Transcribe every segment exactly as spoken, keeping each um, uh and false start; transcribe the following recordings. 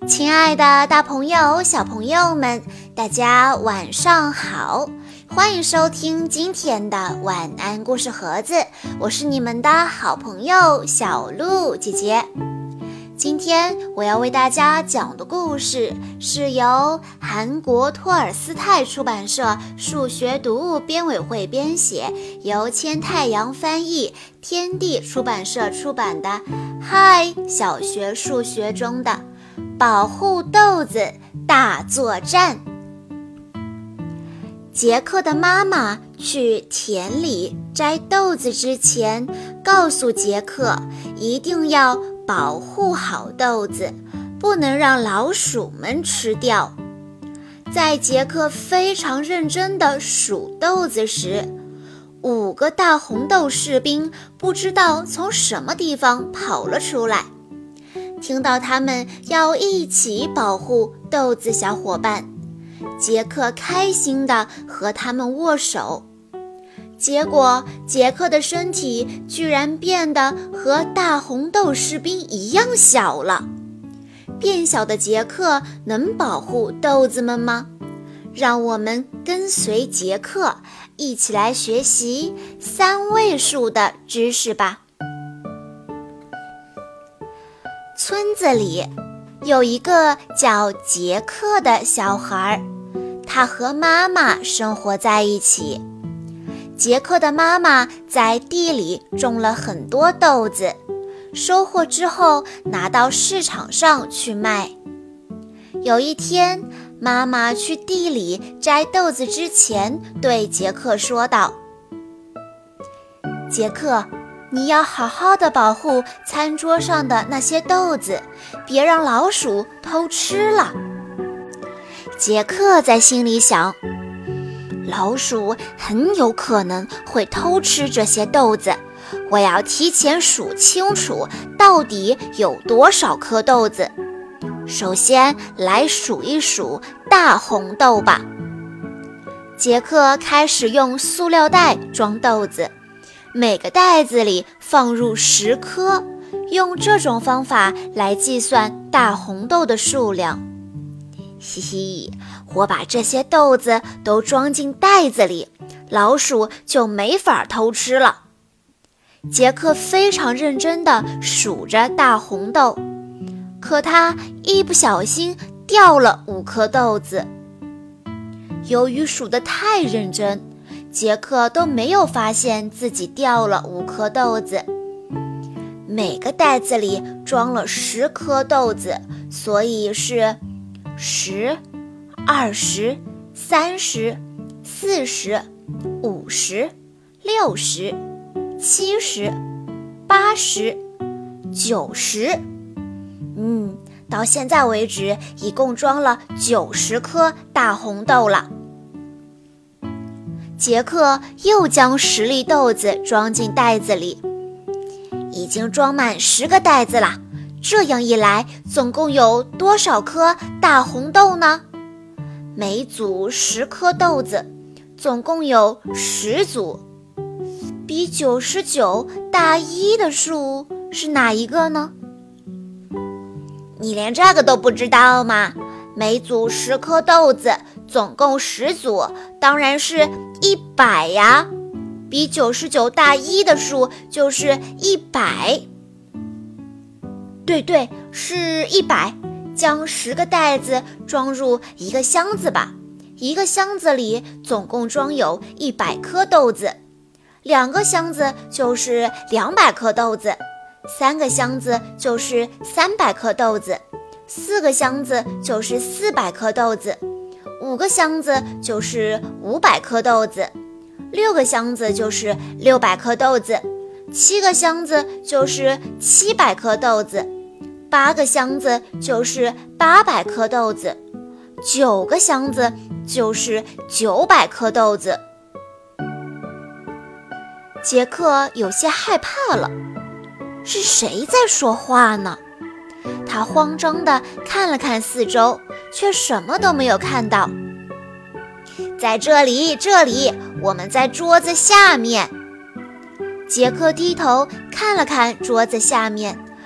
亲爱的大朋友小朋友们，大家晚上好，欢迎收听今天的晚安故事盒子，我是你们的好朋友小鹿姐姐。今天我要为大家讲的故事是由韩国托尔斯泰出版社数学读物编委会编写，由千太阳翻译，天地出版社出版的《嗨小学数学》中的保护豆子大作战。杰克的妈妈去田里摘豆子之前，告诉杰克一定要保护好豆子，不能让老鼠们吃掉。在杰克非常认真地数豆子时，五个大红豆士兵不知道从什么地方跑了出来。听到他们要一起保护豆子小伙伴，杰克开心地和他们握手。结果杰克的身体居然变得和大红豆士兵一样小了。变小的杰克能保护豆子们吗？让我们跟随杰克一起来学习三位数的知识吧。村子里有一个叫杰克的小孩，他和妈妈生活在一起。杰克的妈妈在地里种了很多豆子，收获之后拿到市场上去卖。有一天，妈妈去地里摘豆子之前对杰克说道：杰克，你要好好的保护餐桌上的那些豆子，别让老鼠偷吃了。杰克在心里想，老鼠很有可能会偷吃这些豆子，我要提前数清楚到底有多少颗豆子。首先来数一数大红豆吧。杰克开始用塑料袋装豆子，每个袋子里放入十颗，用这种方法来计算大红豆的数量。嘻嘻，我把这些豆子都装进袋子里，老鼠就没法偷吃了。杰克非常认真地数着大红豆，可他一不小心掉了五颗豆子。由于数得太认真，杰克都没有发现自己掉了五颗豆子。每个袋子里装了十颗豆子，所以是十、二十、三十、四十、五十、六十、七十、八十、九十。嗯，到现在为止，一共装了九十颗大红豆了。杰克又将十粒豆子装进袋子里，已经装满十个袋子了。这样一来，总共有多少颗大红豆呢？每组十颗豆子，总共有十组。比九十九大一的数是哪一个呢？你连这个都不知道吗？每组十颗豆子，总共十组，当然是一百呀。比九十九大一的数就是一百。对对，是一百。将十个袋子装入一个箱子吧，一个箱子里总共装有一百颗豆子，两个箱子就是两百颗豆子，三个箱子就是三百颗豆子，四个箱子就是四百颗豆子，五个箱子就是五百颗豆子，六个箱子就是六百颗豆子，七个箱子就是七百颗豆子，八个箱子就是八百颗豆子，九个箱子就是九百颗豆子。杰克有些害怕了，是谁在说话呢？他慌张地看了看四周，却什么都没有看到。在这里，这里，我们在桌子下面。杰克低头看了看桌子下面，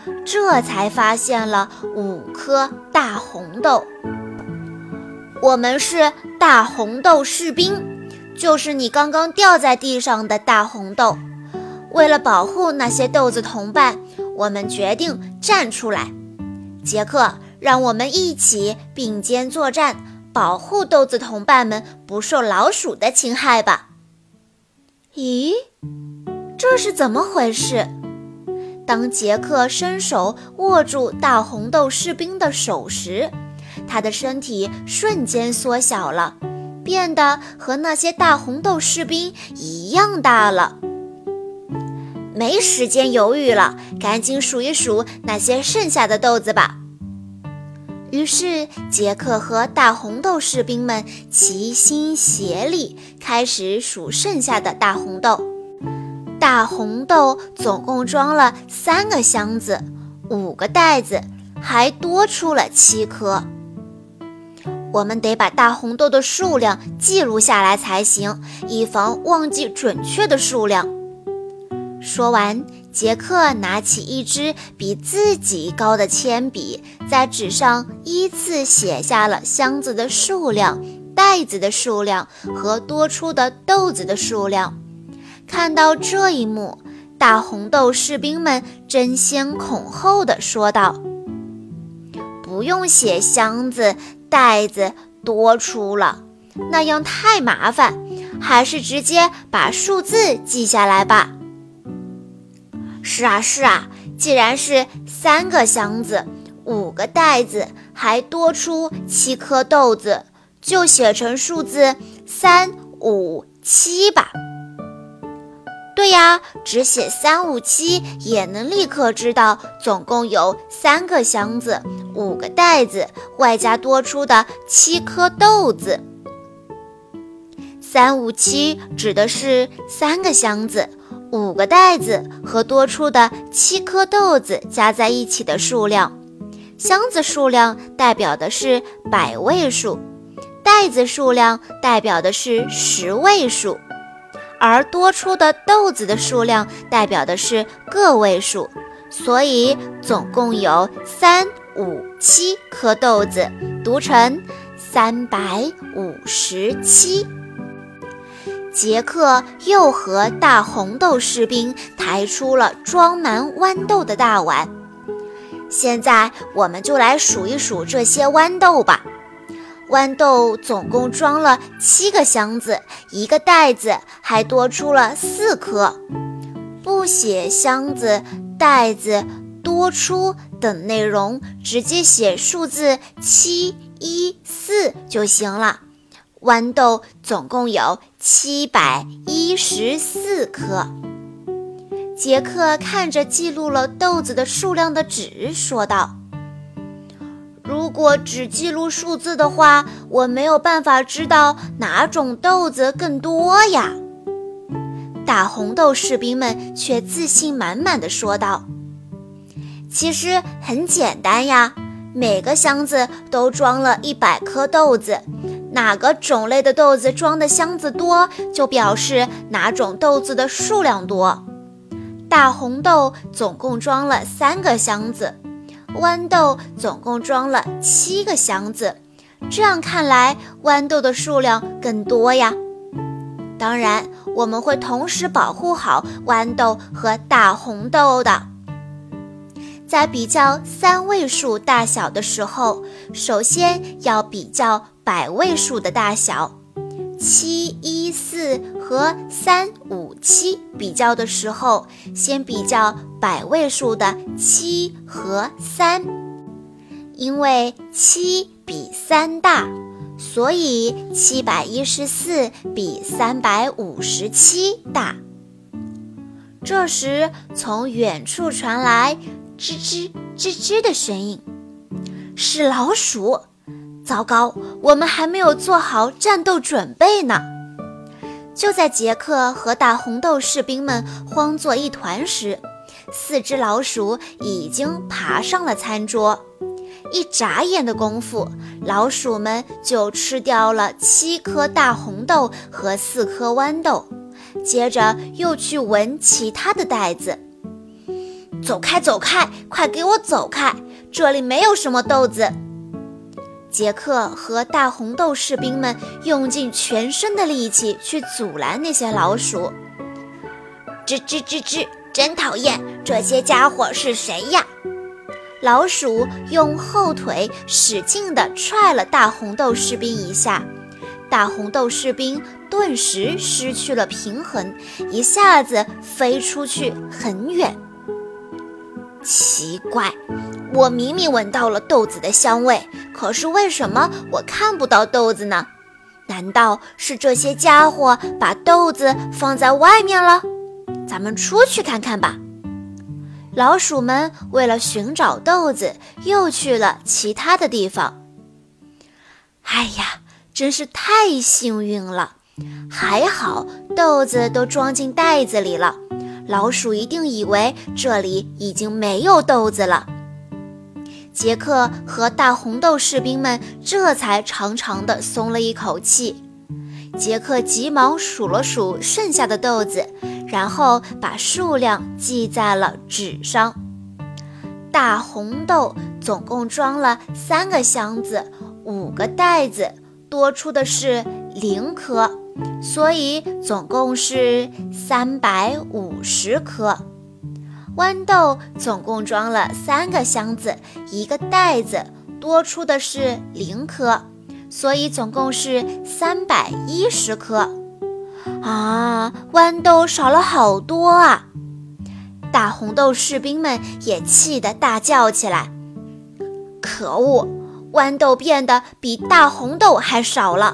这才发现了五颗大红豆。我们是大红豆士兵，就是你刚刚掉在地上的大红豆。为了保护那些豆子同伴，我们决定站出来。杰克，让我们一起并肩作战，保护豆子同伴们不受老鼠的侵害吧。咦，这是怎么回事？当杰克伸手握住大红豆士兵的手时，他的身体瞬间缩小了，变得和那些大红豆士兵一样大了。没时间犹豫了，赶紧数一数那些剩下的豆子吧。于是杰克和大红豆士兵们齐心协力，开始数剩下的大红豆。大红豆总共装了三个箱子，五个袋子，还多出了七颗。我们得把大红豆的数量记录下来才行，以防忘记准确的数量。说完，杰克拿起一支比自己高的铅笔，在纸上依次写下了箱子的数量、袋子的数量和多出的豆子的数量。看到这一幕，大红豆士兵们争先恐后地说道：不用写箱子、袋子多出了，那样太麻烦，还是直接把数字记下来吧。是啊是啊，既然是三个箱子，五个袋子，还多出七颗豆子，就写成数字三五七吧。对呀，只写三五七也能立刻知道总共有三个箱子，五个袋子，外加多出的七颗豆子。三五七指的是三个箱子，五个袋子和多出的七颗豆子加在一起的数量。箱子数量代表的是百位数，袋子数量代表的是十位数，而多出的豆子的数量代表的是个位数，所以总共有三五七颗豆子，读成三百五十七。杰克又和大红豆士兵抬出了装满豌豆的大碗。现在我们就来数一数这些豌豆吧。豌豆总共装了七个箱子，一个袋子，还多出了四颗。不写箱子、袋子、多出等内容，直接写数字七一四就行了。豌豆总共有七百一十四颗。杰克看着记录了豆子的数量的纸，说道：如果只记录数字的话，我没有办法知道哪种豆子更多呀。大红豆士兵们却自信满满地说道：其实很简单呀，每个箱子都装了一百颗豆子，哪个种类的豆子装的箱子多，就表示哪种豆子的数量多。大红豆总共装了三个箱子，豌豆总共装了七个箱子，这样看来，豌豆的数量更多呀。当然，我们会同时保护好豌豆和大红豆的。在比较三位数大小的时候，首先要比较百位数的大小。七一四和三五七比较的时候，先比较百位数的七和三。因为七比三大，所以七百一十四比三百五十七大。这时，从远处传来吱吱吱吱的声音，是老鼠。糟糕，我们还没有做好战斗准备呢。就在杰克和大红豆士兵们慌作一团时，四只老鼠已经爬上了餐桌。一眨眼的功夫，老鼠们就吃掉了七颗大红豆和四颗豌豆，接着又去闻其他的袋子。 走开走开，快给我走开，这里没有什么豆子。杰克和大红豆士兵们用尽全身的力气去阻拦那些老鼠。吱吱吱吱，真讨厌，这些家伙是谁呀？老鼠用后腿使劲地踹了大红豆士兵一下，大红豆士兵顿时失去了平衡，一下子飞出去很远。奇怪，我明明闻到了豆子的香味，可是为什么我看不到豆子呢？难道是这些家伙把豆子放在外面了？咱们出去看看吧。老鼠们为了寻找豆子，又去了其他的地方。哎呀，真是太幸运了！还好豆子都装进袋子里了，老鼠一定以为这里已经没有豆子了。杰克和大红豆士兵们这才长长地松了一口气。杰克急忙数了数剩下的豆子，然后把数量记在了纸上。大红豆总共装了三个箱子，五个袋子，多出的是零颗，所以总共是三百五十颗。豌豆总共装了三个箱子，一个袋子，多出的是零颗，所以总共是三百一十颗。啊，豌豆少了好多啊！大红豆士兵们也气得大叫起来。可恶，豌豆变得比大红豆还少了。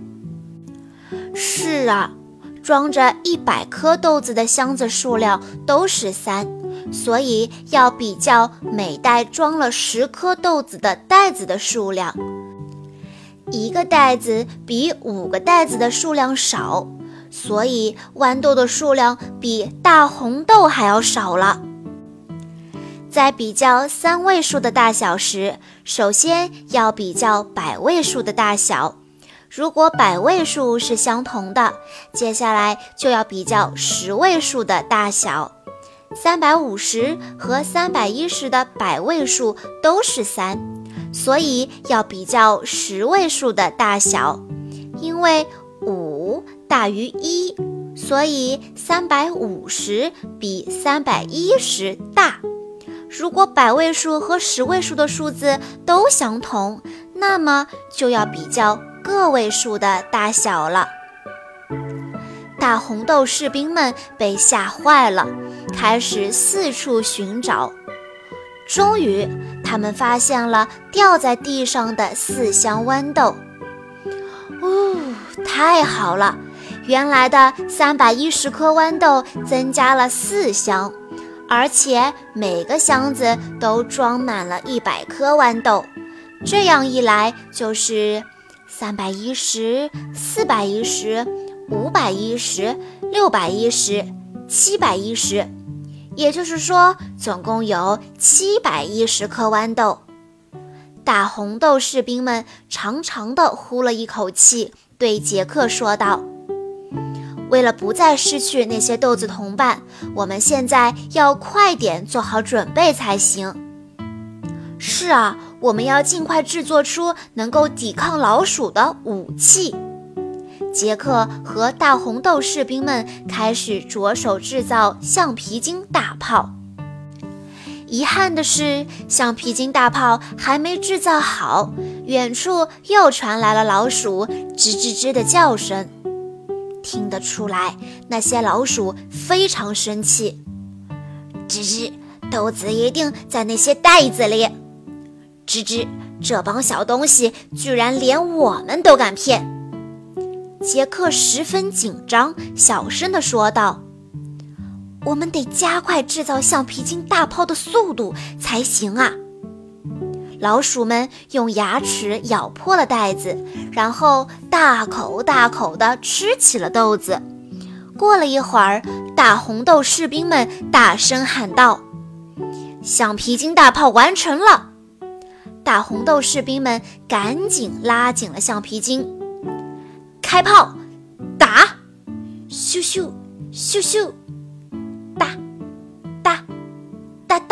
是啊，装着一百颗豆子的箱子数量都是三，所以要比较每袋装了十颗豆子的袋子的数量。一个袋子比五个袋子的数量少，所以豌豆的数量比大红豆还要少了。在比较三位数的大小时，首先要比较百位数的大小。如果百位数是相同的，接下来就要比较十位数的大小。三百五十和三百一十的百位数都是三，所以要比较十位数的大小。因为五大于一，所以三百五十比三百一十大。如果百位数和十位数的数字都相同，那么就要比较个位数的大小了。大红豆士兵们被吓坏了，开始四处寻找。终于，他们发现了掉在地上的四箱豌豆。哦，太好了！原来的三百一十颗豌豆增加了四箱，而且每个箱子都装满了一百颗豌豆。这样一来，就是三百一十、四百一十、五百一十、六百一十、七百一十，也就是说，总共有七百一十颗豌豆。大红豆士兵们长长地呼了一口气，对杰克说道：为了不再失去那些豆子同伴，我们现在要快点做好准备才行。是啊，我们要尽快制作出能够抵抗老鼠的武器。杰克和大红豆士兵们开始着手制造橡皮筋大炮。遗憾的是，橡皮筋大炮还没制造好，远处又传来了老鼠吱吱吱的叫声。听得出来，那些老鼠非常生气。吱吱，豆子一定在那些袋子里。吱吱，这帮小东西居然连我们都敢骗。杰克十分紧张，小声地说道：我们得加快制造橡皮筋大炮的速度才行啊！老鼠们用牙齿咬破了袋子，然后大口大口地吃起了豆子。过了一会儿，大红豆士兵们大声喊道：橡皮筋大炮完成了！大红豆士兵们赶紧拉紧了橡皮筋，开炮，打！咻咻咻咻，哒哒哒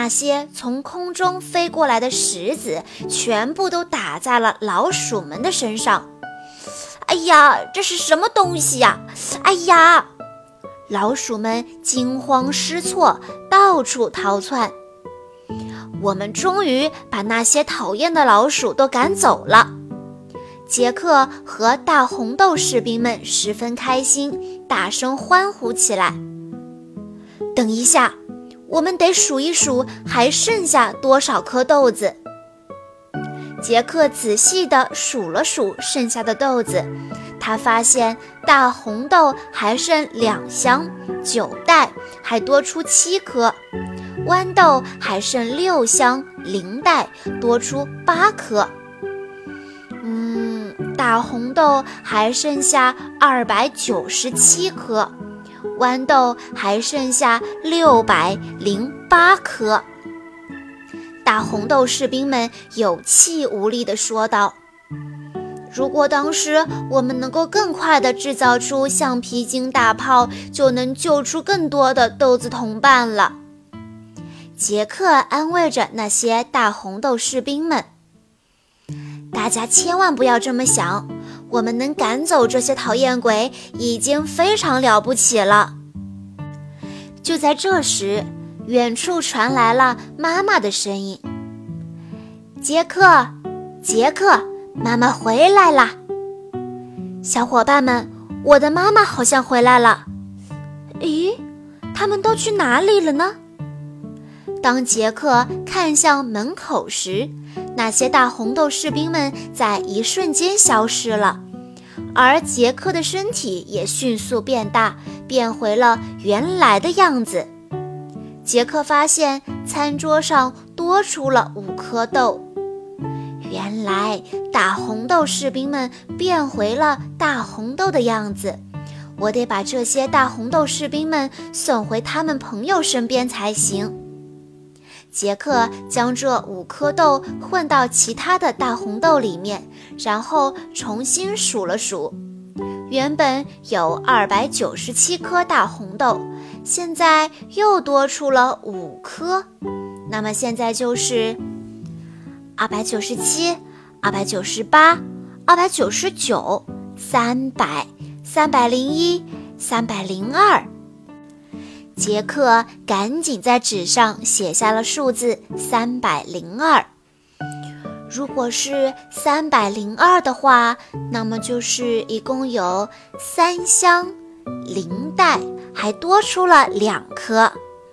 那些从空中飞过来的石子全部都打在了老鼠们的身上。哎呀，这是什么东西呀？哎呀！老鼠们惊慌失措，到处逃窜。我们终于把那些讨厌的老鼠都赶走了。杰克和大红豆士兵们十分开心，大声欢呼起来。等一下，我们得数一数还剩下多少颗豆子。杰克仔细地数了数剩下的豆子，他发现大红豆还剩两箱，九袋，还多出七颗；豌豆还剩六箱，零袋，多出八颗。嗯，大红豆还剩下二百九十七颗，豌豆还剩下六百零八颗。大红豆士兵们有气无力地说道：如果当时我们能够更快地制造出橡皮筋大炮，就能救出更多的豆子同伴了。杰克安慰着那些大红豆士兵们：大家千万不要这么想，我们能赶走这些讨厌鬼已经非常了不起了。就在这时，远处传来了妈妈的声音：杰克，杰克，妈妈回来啦！小伙伴们，我的妈妈好像回来了。咦，他们都去哪里了呢？当杰克看向门口时，那些大红豆士兵们在一瞬间消失了，而杰克的身体也迅速变大，变回了原来的样子。杰克发现餐桌上多出了五颗豆，原来大红豆士兵们变回了大红豆的样子。我得把这些大红豆士兵们送回他们朋友身边才行。杰克将这五颗豆混到其他的大红豆里面，然后重新数了数。原本有二百九十七颗大红豆，现在又多出了五颗，那么现在就是二百九十七、二百九十八、二百九十九、三百、三百零一、三百零二。杰克赶紧在纸上写下了数字三百零二。如果是三百零二的话，那么就是一共有三箱零袋，还多出了两颗。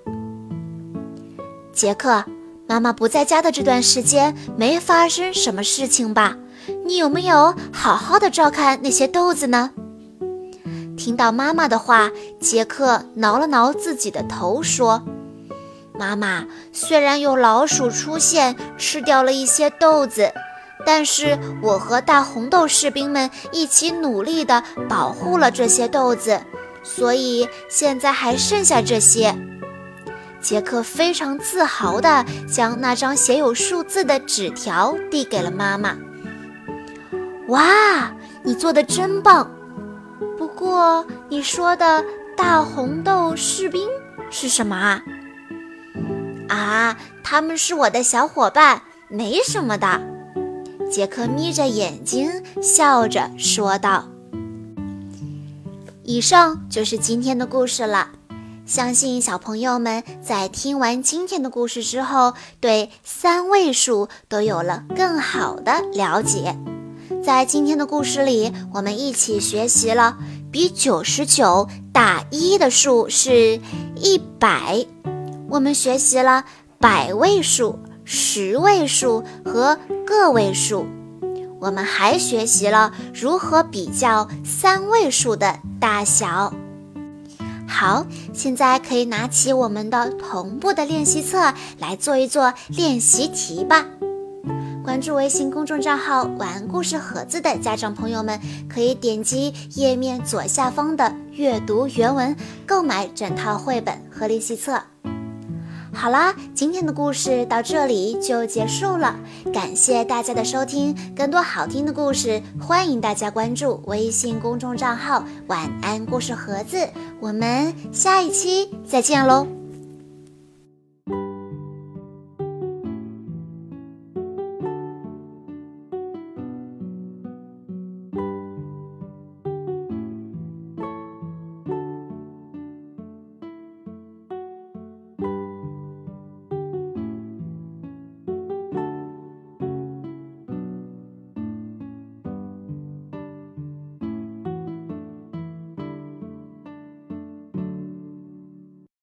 杰克，妈妈不在家的这段时间没发生什么事情吧？你有没有好好的照看那些豆子呢？听到妈妈的话，杰克挠了挠自己的头说：妈妈，虽然有老鼠出现吃掉了一些豆子，但是我和大红豆士兵们一起努力地保护了这些豆子，所以现在还剩下这些。杰克非常自豪地将那张写有数字的纸条递给了妈妈。哇，你做得真棒！不过你说的大红豆士兵是什么啊？啊，他们是我的小伙伴，没什么的。杰克眯着眼睛笑着说道。以上就是今天的故事了，相信小朋友们在听完今天的故事之后，对三位数都有了更好的了解。在今天的故事里，我们一起学习了比九十九大一的数是一百，我们学习了百位数、十位数和个位数，我们还学习了如何比较三位数的大小。好，现在可以拿起我们的同步的练习册来做一做练习题吧。关注微信公众账号玩故事盒子的家长朋友们，可以点击页面左下方的阅读原文，购买整套绘本和练习册。好啦，今天的故事到这里就结束了，感谢大家的收听，更多好听的故事，欢迎大家关注微信公众账号晚安故事盒子，我们下一期再见喽。